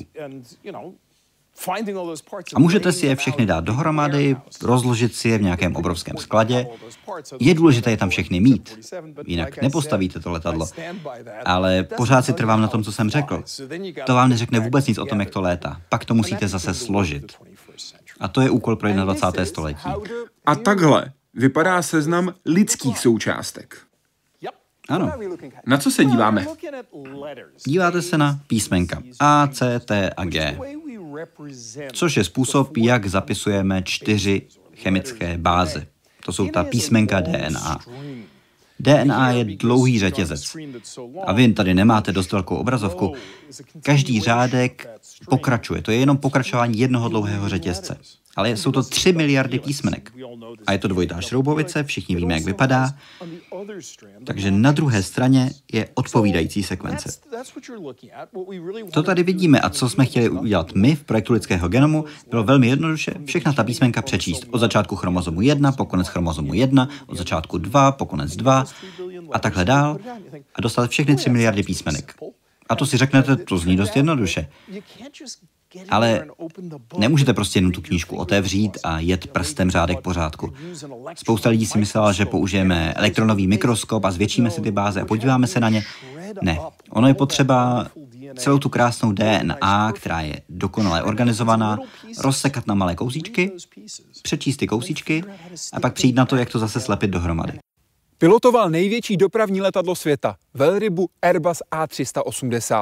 A můžete si je všechny dát dohromady, rozložit si je v nějakém obrovském skladě. Je důležité je tam všechny mít, jinak nepostavíte to letadlo. Ale pořád si trvám na tom, co jsem řekl. To vám neřekne vůbec nic o tom, jak to létá. Pak to musíte zase složit. A to je úkol pro 21. století. A takhle vypadá seznam lidských součástek. Ano. Na co se díváme? Díváte se na písmenka A, C, T a G, což je způsob, jak zapisujeme 4 chemické báze. To jsou ta písmenka DNA. DNA je dlouhý řetězec. A vy tady nemáte dost velkou obrazovku. Každý řádek pokračuje. To je jenom pokračování jednoho dlouhého řetězce. Ale jsou to 3 miliardy písmenek. A je to dvojitá šroubovice, všichni víme, jak vypadá. Takže na druhé straně je odpovídající sekvence. To tady vidíme a co jsme chtěli udělat my v projektu lidského genomu, bylo velmi jednoduše všechna ta písmenka přečíst. Od začátku chromozomu 1 po konec chromozomu 1, od začátku 2 po konec 2 a takhle dál a dostat všechny 3 miliardy písmenek. A to si řeknete, to zní dost jednoduše. Ale nemůžete prostě jenom tu knížku otevřít a jet prstem řádek po řádku. Spousta lidí si myslela, že použijeme elektronový mikroskop a zvětšíme si ty báze a podíváme se na ně. Ne, ono je potřeba celou tu krásnou DNA, která je dokonale organizovaná, rozsekat na malé kousíčky, přečíst ty kousíčky a pak přijít na to, jak to zase slepit dohromady. Pilotoval největší dopravní letadlo světa, velrybu Airbus A380.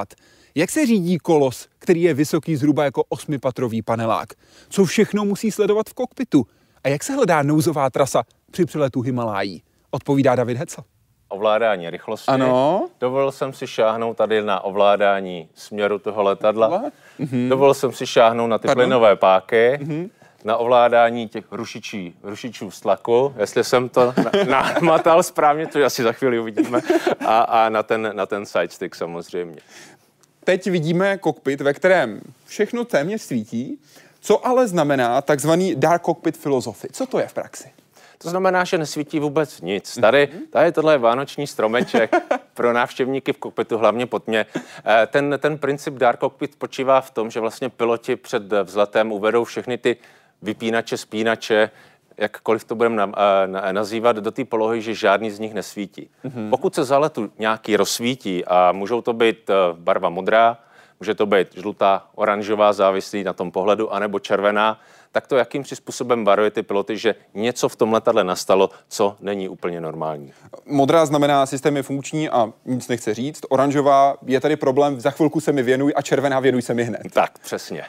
Jak se řídí kolos, který je vysoký zhruba jako 8patrový panelák? Co všechno musí sledovat v kokpitu? A jak se hledá nouzová trasa při přeletu Himalájí? Odpovídá David Hecel. Ovládání rychlosti. Ano. Dovolil jsem si šáhnout tady na ovládání směru toho letadla. Dovolil jsem si šáhnout na ty plynové páky. Na ovládání těch rušičů z tlaku, jestli jsem to namatal správně, to asi za chvíli uvidíme, a na ten sidestick samozřejmě. Teď vidíme kokpit, ve kterém všechno téměř svítí, co ale znamená takzvaný dark cockpit philosophy. Co to je v praxi? To znamená, že nesvítí vůbec nic. Tady tohle je vánoční stromeček pro návštěvníky v kokpitu, hlavně pod mě. Ten princip dark cockpit spočívá v tom, že vlastně piloti před vzletem uvedou všechny ty vypínače, spínače, jakkoliv to budeme nazývat, do té polohy, že žádný z nich nesvítí. Pokud se za letu nějaký rozsvítí a můžou to být barva modrá, může to být žlutá, oranžová, závislí na tom pohledu, anebo červená, tak to jakýmsi způsobem varuje ty piloty, že něco v tom letadle nastalo, co není úplně normální. Modrá znamená, systém je funkční a nic nechce říct. Oranžová je tady problém, za chvilku se mi věnuj, a červená věnuj se mi hned. Tak, přesně.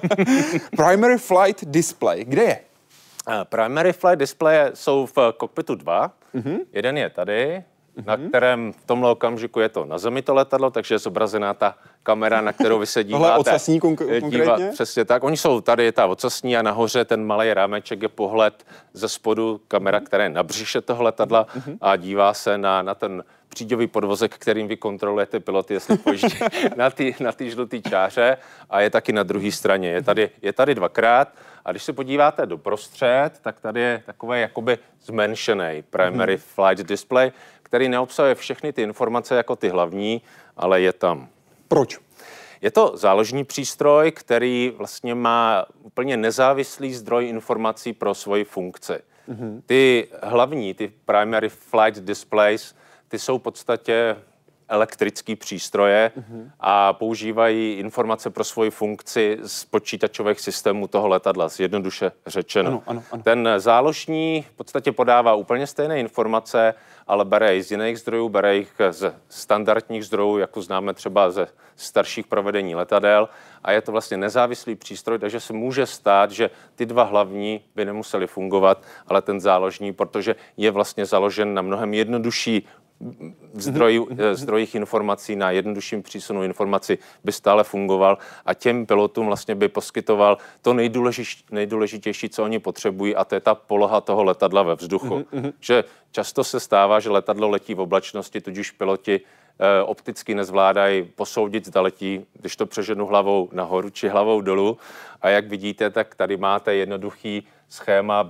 Primary flight display, kde je? Primary flight display jsou v kokpitu 2. Jeden je tady, na kterém v tomhle okamžiku je to na zemi to letadlo, takže je zobrazená ta kamera, na kterou vy se díváte. Tohle ocasní konkrétně? Přesně tak. Oni jsou tady, je ta ocasní a nahoře ten malý rámeček je pohled ze spodu, kamera, která je na břiše toho letadla a dívá se na ten příďový podvozek, kterým vy kontrolujete piloty, jestli pojíždí na ty žlutý čáře, a je taky na druhé straně. Je tady dvakrát, a když se podíváte doprostřed, tak tady je takový jakoby zmenšený primary flight display, který neobsahuje všechny ty informace jako ty hlavní, ale je tam. Proč? Je to záložní přístroj, který vlastně má úplně nezávislý zdroj informací pro svoji funkci. Ty hlavní, ty primary flight displays, ty jsou v podstatě elektrické přístroje a používají informace pro svoji funkci z počítačových systémů toho letadla, zjednoduše řečeno. Ano. Ten záložní v podstatě podává úplně stejné informace, ale bere je z jiných zdrojů, bere jich ze standardních zdrojů, jako známe třeba ze starších provedení letadel, a je to vlastně nezávislý přístroj, takže se může stát, že ty dva hlavní by nemuseli fungovat, ale ten záložní, protože je vlastně založen na mnohem jednodušší zdrojích informací, na jednodušším přísunu informací, by stále fungoval a těm pilotům vlastně by poskytoval to nejdůležitější, co oni potřebují, a to je ta poloha toho letadla ve vzduchu. Že často se stává, že letadlo letí v oblačnosti, tudíž piloti opticky nezvládají posoudit, zda letí, když to přeženu hlavou nahoru či hlavou dolů. A jak vidíte, tak tady máte jednoduchý schéma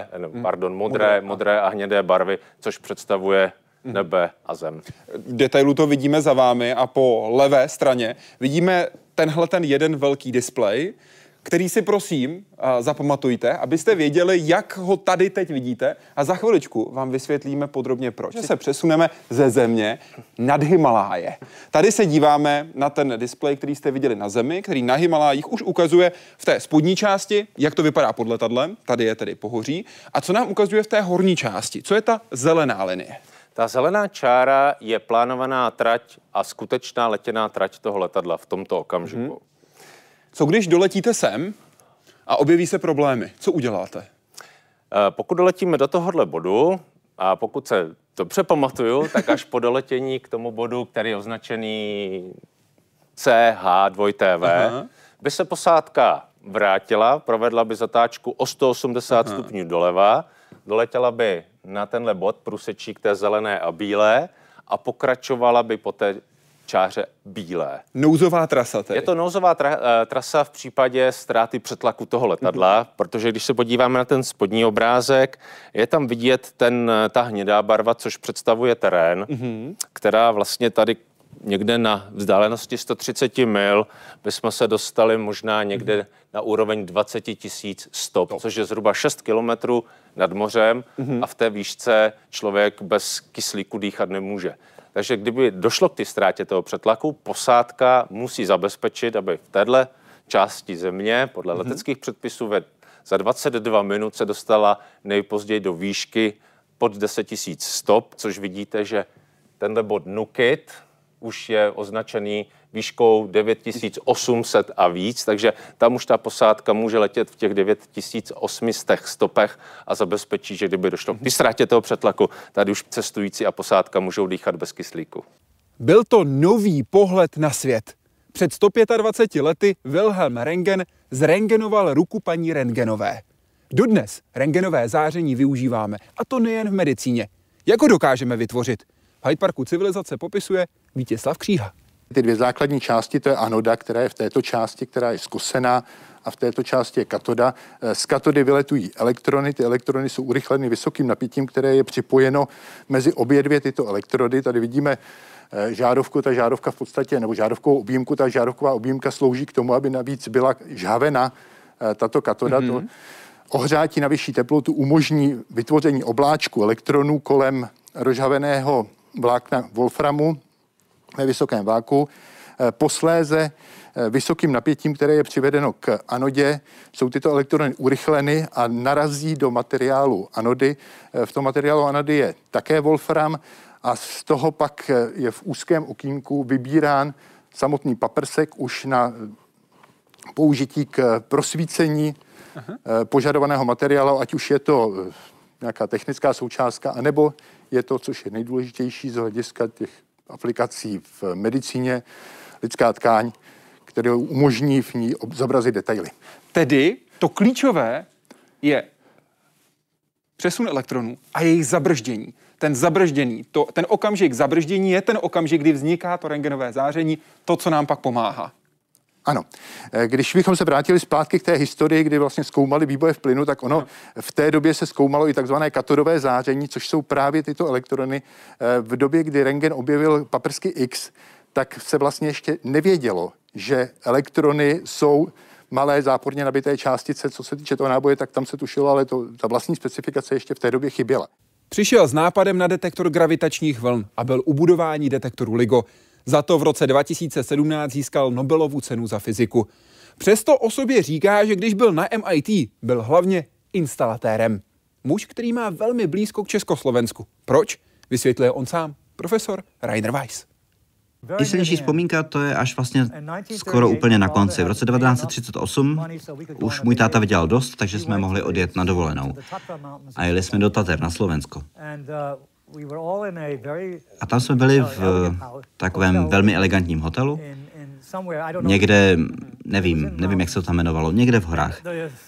modré a hnědé barvy, což představuje nebe a zem. V detailu to vidíme za vámi a po levé straně vidíme ten jeden velký displej, který si prosím zapamatujte, abyste věděli, jak ho tady teď vidíte, a za chviličku vám vysvětlíme podrobně proč. Že se přesuneme ze země nad Himaláje. Tady se díváme na ten displej, který jste viděli na zemi, který na Himalájích už ukazuje v té spodní části, jak to vypadá pod letadlem, tady je tedy pohoří, a co nám ukazuje v té horní části, co je ta zelená linie. Ta zelená čára je plánovaná trať a skutečná letěná trať toho letadla v tomto okamžiku. Co když doletíte sem a objeví se problémy? Co uděláte? Pokud doletíme do tohohle bodu, a pokud se dobře pamatuju, tak až po doletění k tomu bodu, který je označený CH2TV, by se posádka vrátila, provedla by zatáčku o 180 stupňů doleva, doletěla by na tenhle bod průsečík té zelené a bílé a pokračovala by po té čáře bílé. Nouzová trasa tedy. Je to nouzová trasa v případě ztráty přetlaku toho letadla, protože když se podíváme na ten spodní obrázek, je tam vidět ta hnědá barva, což představuje terén, která vlastně tady někde na vzdálenosti 130 mil bychom se dostali možná někde na úroveň 20 000 stop, což je zhruba 6 kilometrů nad mořem a v té výšce člověk bez kyslíku dýchat nemůže. Takže kdyby došlo k té ztrátě toho přetlaku, posádka musí zabezpečit, aby v téhle části země podle leteckých předpisů za 22 minut se dostala nejpozději do výšky pod 10 000 stop, což vidíte, že tenhle bod Nukit už je označený výškou 9800 a víc, takže tam už ta posádka může letět v těch 9800 stopech a zabezpečí, že kdyby došlo k ztrátě toho přetlaku, tady už cestující a posádka můžou dýchat bez kyslíku. Byl to nový pohled na svět. Před 125 lety Wilhelm Röntgen zrentgenoval ruku paní Röntgenové. Dodnes rentgenové záření využíváme, a to nejen v medicíně. Jak ho dokážeme vytvořit? V Hyde Parku civilizace popisuje Vítězslav Kříha. Ty dvě základní části, to je anoda, která je v této části, která je zkosená, a v této části je katoda. Z katody vyletují elektrony. Ty elektrony jsou urychleny vysokým napětím, které je připojeno mezi obě dvě tyto elektrody. Tady vidíme žárovku, ta žárovka v podstatě, nebo žárovkovou objímku, ta žárovková objímka slouží k tomu, aby navíc byla žhavena tato katoda. To ohřátí na vyšší teplotu umožní vytvoření obláčku elektronů kolem rozžhaveného vlákna wolframu ve vysokém váku. Posléze vysokým napětím, které je přivedeno k anodě, jsou tyto elektrony urychleny a narazí do materiálu anody. V tom materiálu anody je také wolfram a z toho pak je v úzkém okýnku vybírán samotný paprsek už na použití k prosvícení požadovaného materiálu, ať už je to nějaká technická součástka, anebo je to, což je nejdůležitější z hlediska těch aplikací v medicíně, lidská tkáň, které umožní v ní zobrazit detaily. Tedy to klíčové je přesun elektronů a jejich zabrždění. Ten okamžik zabrždění je ten okamžik, kdy vzniká to rentgenové záření, to, co nám pak pomáhá. Ano. Když bychom se vrátili zpátky k té historii, kdy vlastně zkoumali výboje v plynu, tak ono v té době se zkoumalo i takzvané katodové záření, což jsou právě tyto elektrony. V době, kdy Röntgen objevil paprsky X, tak se vlastně ještě nevědělo, že elektrony jsou malé záporně nabité částice. Co se týče toho náboje, tak tam se tušilo, ale ta vlastní specifikace ještě v té době chyběla. Přišel s nápadem na detektor gravitačních vln a byl u budování detektoru LIGO. Za to v roce 2017 získal Nobelovu cenu za fyziku. Přesto o sobě říká, že když byl na MIT, byl hlavně instalatérem. Muž, který má velmi blízko k Československu. Proč? Vysvětluje on sám, profesor Rainer Weiss. Nejsilnější vzpomínka to je až vlastně skoro úplně na konci. V roce 1938 už můj táta vydělal dost, takže jsme mohli odjet na dovolenou. A jeli jsme do Tater na Slovensko. A tam jsme byli v takovém velmi elegantním hotelu. Někde, nevím, jak se to tam jmenovalo, někde v horách.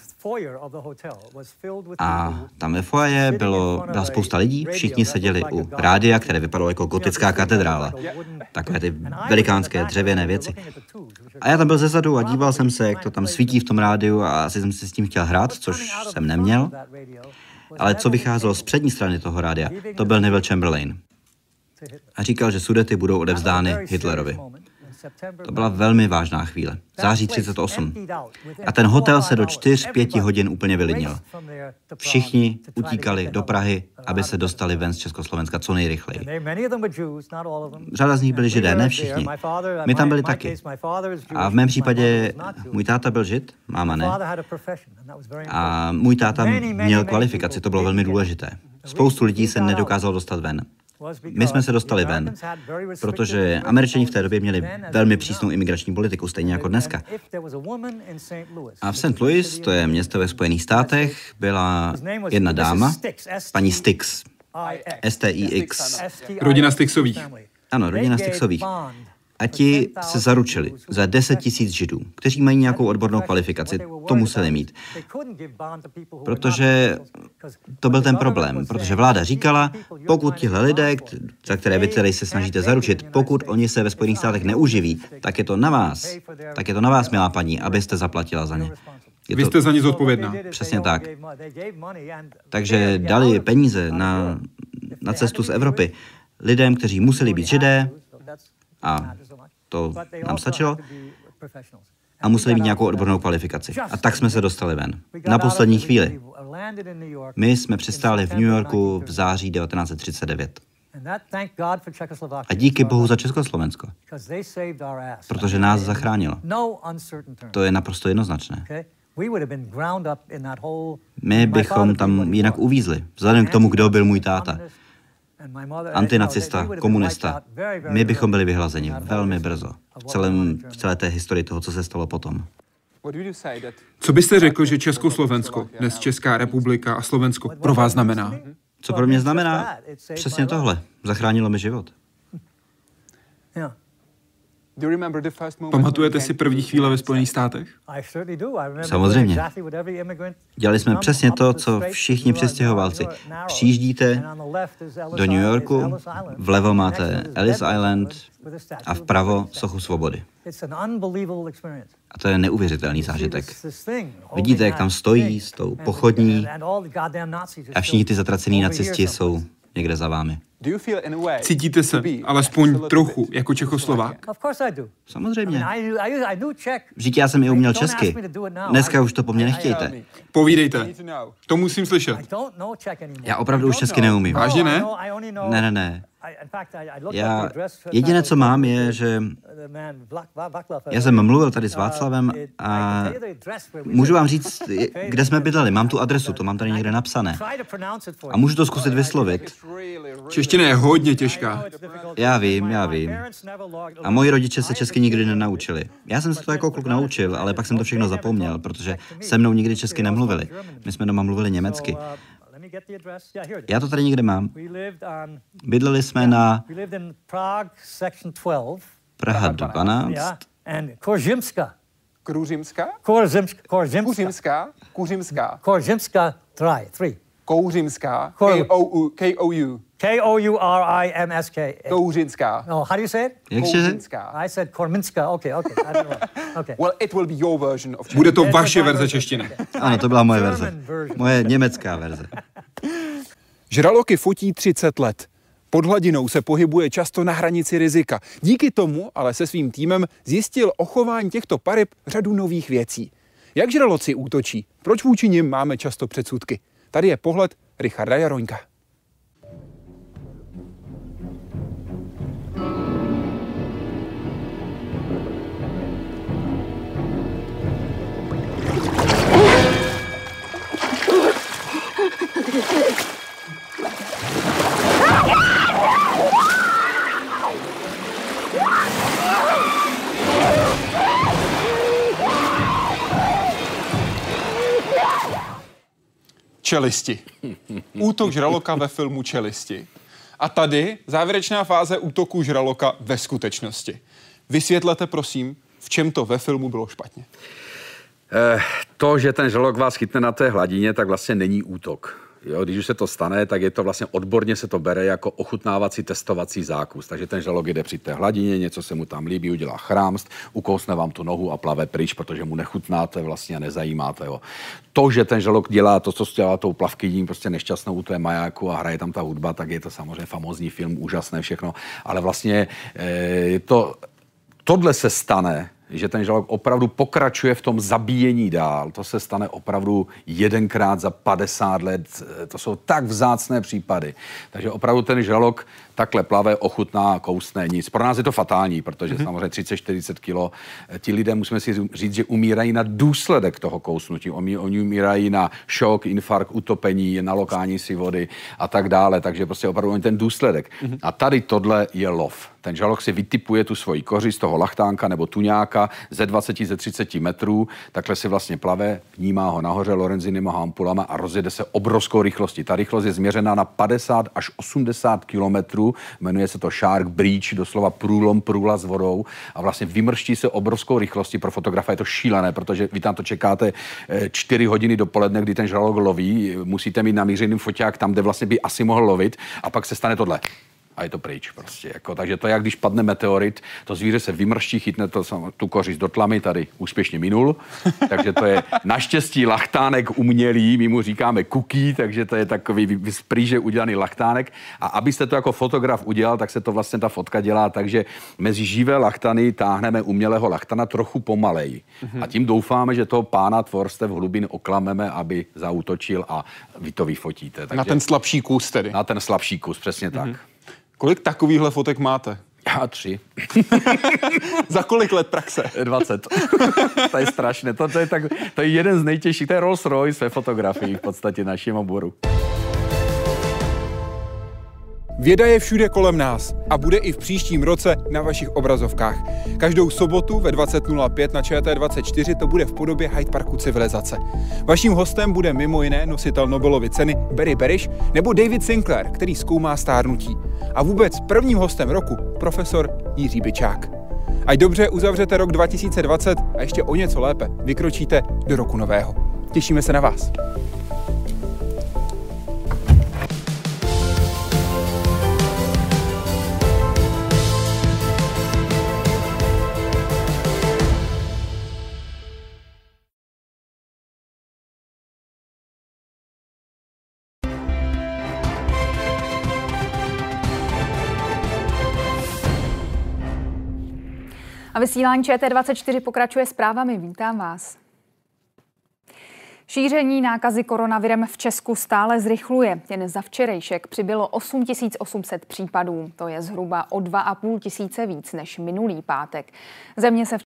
A tam ve foyer byla spousta lidí, všichni seděli u rádia, které vypadalo jako gotická katedrála. Takové ty velikánské dřevěné věci. A já tam byl zezadu a díval jsem se, jak to tam svítí v tom rádiu a asi jsem si s tím chtěl hrát, což jsem neměl. Ale co vycházelo z přední strany toho rádia, to byl Neville Chamberlain. A říkal, že Sudety budou odevzdány Hitlerovi. To byla velmi vážná chvíle. Září 38. A ten hotel se do 4-5 hodin úplně vylidnil. Všichni utíkali do Prahy, aby se dostali ven z Československa co nejrychleji. Řada z nich byli Židé, ne všichni. My tam byli taky. A v mém případě můj táta byl Žid, máma ne. A můj táta měl kvalifikaci, to bylo velmi důležité. Spoustu lidí se nedokázalo dostat ven. My jsme se dostali ven, protože Američani v té době měli velmi přísnou imigrační politiku, stejně jako dneska. A v St. Louis, to je město ve Spojených státech, byla jedna dáma, paní Stix, S-T-I-X. Rodina Stixových. Ano, rodina Stixových. A ti se zaručili za 10 000 Židů, kteří mají nějakou odbornou kvalifikaci, to museli mít. Protože to byl ten problém, protože vláda říkala, pokud tihle lidé, za které vy celý se snažíte zaručit, pokud oni se ve Spojených státech neuživí, tak je to na vás. Tak je to na vás, milá paní, abyste zaplatila za ně. Vy jste za ně zodpovědná. Přesně tak. Takže dali peníze na cestu z Evropy lidem, kteří museli být Židé, a to nám stačilo. A museli mít nějakou odbornou kvalifikaci. A tak jsme se dostali ven. Na poslední chvíli. My jsme přistáli v New Yorku v září 1939. A díky Bohu za Československo. Protože nás zachránilo. To je naprosto jednoznačné. My bychom tam jinak uvízli. Vzhledem k tomu, kdo byl můj táta. Antinacista, komunista. My bychom byli vyhlazeni velmi brzo. V celé té historii toho, co se stalo potom. Co byste řekl, že Československo, dnes Česká republika a Slovensko pro vás znamená? Co pro mě znamená? Přesně tohle. Zachránilo mi život. Pamatujete si první chvíle ve Spojených státech? Samozřejmě. Dělali jsme přesně to, co všichni přistěhovalci. Přijíždíte do New Yorku, vlevo máte Ellis Island a vpravo Sochu svobody. A to je neuvěřitelný zážitek. Vidíte, jak tam stojí s tou pochodní a všichni ty zatracený nacisti jsou někde za vámi. Cítíte se alespoň trochu jako Čechoslovák? Samozřejmě. Vždyť já jsem i uměl česky. Dneska už to po mně nechtějte. Povídejte. To musím slyšet. Já opravdu už česky neumím. Vážně ne? Ne. Jediné, co mám, je, že já jsem mluvil tady s Václavem a můžu vám říct, kde jsme bydleli. Mám tu adresu, to mám tady někde napsané. A můžu to zkusit vyslovit. Čeština je hodně těžká. Já vím. A moji rodiče se česky nikdy nenaučili. Já jsem se to jako kluk naučil, ale pak jsem to všechno zapomněl, protože se mnou nikdy česky nemluvili. My jsme doma mluvili německy. Já to tady někde mám. Bydleli jsme na Praha 12. Kouřimská 3. Kouřimská. K-O-U. K-O-U-R-I-M-S-K. Kouřinská. No, how do you say it? Jakže? I said Korminska. Okay. I don't know. Okay. Well, it will be your version of Czech. Bude to vaše verze češtiny. Ano, to byla moje verze. Moje německá verze. Žraloky fotí 30 let. Pod hladinou se pohybuje často na hranici rizika. Díky tomu ale se svým týmem zjistil o chování těchto paryb řadu nových věcí. Jak žraloci útočí? Proč vůči nim máme často předsudky? Tady je pohled Richarda Jaroňka. Čelisti. Útok žraloka ve filmu Čelisti. A tady závěrečná fáze útoku žraloka ve skutečnosti. Vysvětlete, prosím, v čem to ve filmu bylo špatně. To, že ten žralok vás chytne na té hladině, tak vlastně není útok. Jo, když už se to stane, tak je to vlastně odborně se to bere jako ochutnávací, testovací zákus. Takže ten žralok jde při té hladině, něco se mu tam líbí, udělá chrámst, ukousne vám tu nohu a plave pryč, protože mu nechutnáte vlastně a nezajímáte ho. To, že ten žralok dělá to, co dělá tou plavkyní, prostě nešťastnou u té majáku a hraje tam ta hudba, tak je to samozřejmě famózní film, úžasné všechno. Ale vlastně tohle se stane, že ten žralok opravdu pokračuje v tom zabíjení dál. To se stane opravdu jedenkrát za 50 let. To jsou tak vzácné případy. Takže opravdu ten žralok takhle plave, ochutná, kousne, nic. Pro nás je to fatální, protože samozřejmě 30-40 kilo. Ti lidé, musíme si říct, že umírají na důsledek toho kousnutí. Oni umírají na šok, infarkt, utopení, nalokání si vody a tak dále. Takže prostě opravdu ten důsledek. A tady tohle je lov. Ten žralok si vytipuje tu svoji koři z toho lachtánka nebo tuňáka ze 20, ze 30 metrů, takhle si vlastně plave, vnímá ho nahoře Lorenzinými ampulama a rozjede se obrovskou rychlostí. Ta rychlost je změřená na 50 až 80 kilometrů, jmenuje se to Shark Breach, doslova průlaz vodou a vlastně vymrští se obrovskou rychlostí. Pro fotografa je to šílené, protože vy tam to čekáte 4 hodiny dopoledne, kdy ten žralok loví, musíte mít namířený foťák tam, kde vlastně by asi mohl lovit a pak se stane tohle. A je to pryč prostě. Jako. Takže to je, jak když padne meteorit, to zvíře se vymrští, chytne to, tu kořist do tlamy, tady úspěšně minul. Takže to je naštěstí lachtánek umělý, my mu říkáme cookie, takže to je takový z prýže udělaný lachtánek. A abyste to jako fotograf udělal, tak se to vlastně ta fotka dělá, takže mezi živé lachtany táhneme umělého lachtana trochu pomaleji. A tím doufáme, že toho pána tvorstev hlubin oklameme, aby zaútočil a vy to vyfotíte. Takže na ten slabší kus tedy. Na ten slabší kus, přesně tak. Kolik takovýchhle fotek máte? Já 3. Za kolik let praxe? 20. To je strašné. To je jeden z nejtěžších. To je Rolls Royce ve fotografii v podstatě našem oboru. Věda je všude kolem nás a bude i v příštím roce na vašich obrazovkách. Každou sobotu ve 20:05 na ČT24 to bude v podobě Hyde Parku civilizace. Vaším hostem bude mimo jiné nositel Nobelovy ceny Barry Barish nebo David Sinclair, který zkoumá stárnutí. A vůbec prvním hostem roku profesor Jiří Byčák. Ať dobře uzavřete rok 2020 a ještě o něco lépe vykročíte do roku nového. Těšíme se na vás. A vysílání ČT24 pokračuje zprávami. Vítám vás. Šíření nákazy koronavirem v Česku stále zrychluje. Jen za včerejšek přibylo 8800 případů. To je zhruba o 2500 víc než minulý pátek. Země se